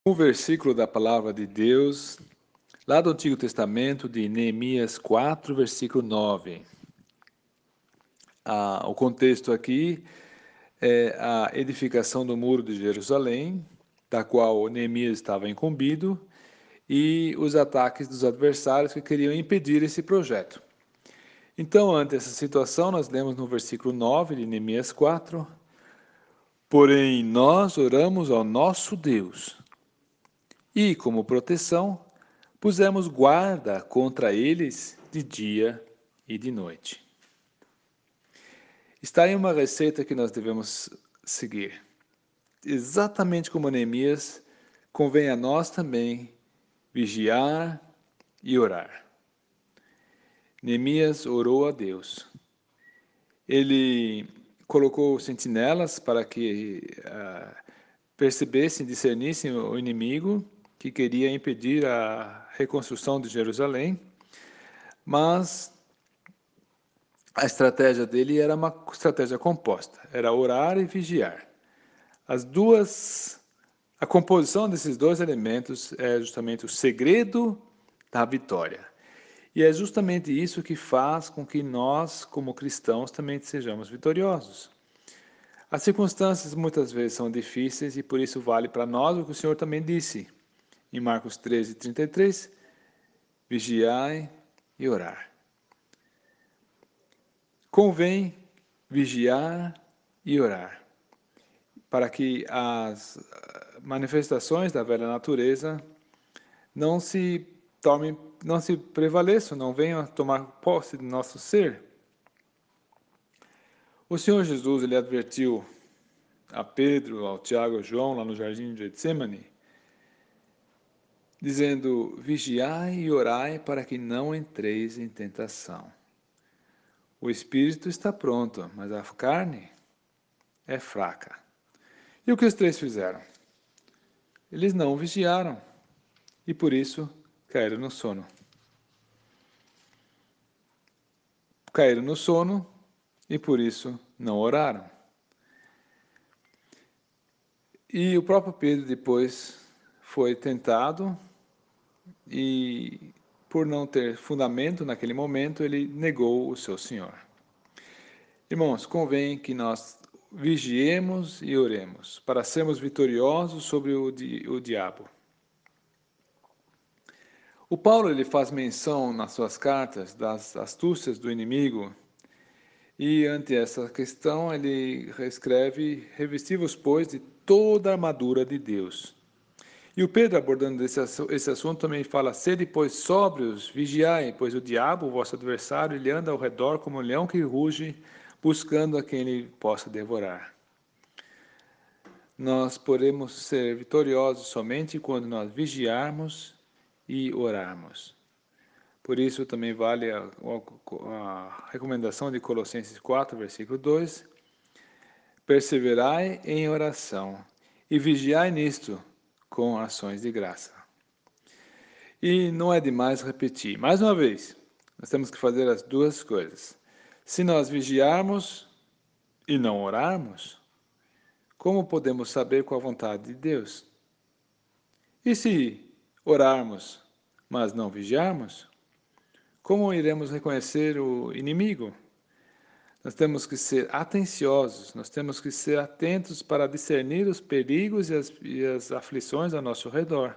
Um versículo da palavra de Deus, lá do Antigo Testamento, de Neemias 4, versículo 9. O contexto aqui é a edificação do muro de Jerusalém, da qual Neemias estava incumbido, e os ataques dos adversários que queriam impedir esse projeto. Então, ante essa situação, nós lemos no versículo 9 de Neemias 4, porém nós oramos ao nosso Deus, e, como proteção, pusemos guarda contra eles de dia e de noite. Está aí uma receita que nós devemos seguir. Exatamente como Neemias, convém a nós também vigiar e orar. Neemias orou a Deus. Ele colocou sentinelas para que percebessem, discernissem o inimigo que queria impedir a reconstrução de Jerusalém, mas a estratégia dele era uma estratégia composta, era orar e vigiar. A composição desses dois elementos é justamente o segredo da vitória. E é justamente isso que faz com que nós, como cristãos, também sejamos vitoriosos. As circunstâncias muitas vezes são difíceis e por isso vale para nós o que o Senhor também disse em Marcos 13:33, vigiai e orar. Convém vigiar e orar, para que as manifestações da velha natureza não se prevaleçam, não venham a tomar posse do nosso ser. O Senhor Jesus, ele advertiu a Pedro, ao Tiago e ao João, lá no jardim de Getsemane, dizendo, vigiai e orai para que não entreis em tentação. O espírito está pronto, mas a carne é fraca. E o que os três fizeram? Eles não vigiaram e por isso caíram no sono. Caíram no sono e por isso não oraram. E o próprio Pedro depois foi tentado e, por não ter fundamento naquele momento, ele negou o seu Senhor. Irmãos, convém que nós vigiemos e oremos para sermos vitoriosos sobre o diabo. O Paulo ele faz menção nas suas cartas das astúcias do inimigo e, ante essa questão, ele escreve, revesti-vos, pois, de toda a armadura de Deus. E o Pedro, abordando esse assunto, também fala, sede, pois, sóbrios, vigiai, pois o diabo, o vosso adversário, ele anda ao redor como um leão que ruge, buscando a quem ele possa devorar. Nós podemos ser vitoriosos somente quando nós vigiarmos e orarmos. Por isso também vale a recomendação de Colossenses 4, versículo 2, perseverai em oração e vigiai nisto com ações de graça. E não é demais repetir, mais uma vez, nós temos que fazer as duas coisas. Se nós vigiarmos e não orarmos, como podemos saber qual a vontade de Deus? E se orarmos, mas não vigiarmos, como iremos reconhecer o inimigo? Nós temos que ser atenciosos, nós temos que ser atentos para discernir os perigos e as aflições ao nosso redor.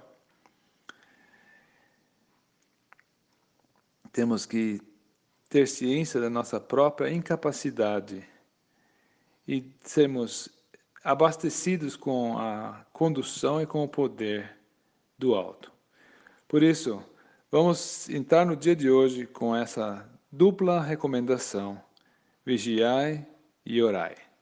Temos que ter ciência da nossa própria incapacidade e sermos abastecidos com a condução e com o poder do alto. Por isso, vamos entrar no dia de hoje com essa dupla recomendação: vigiai e orai.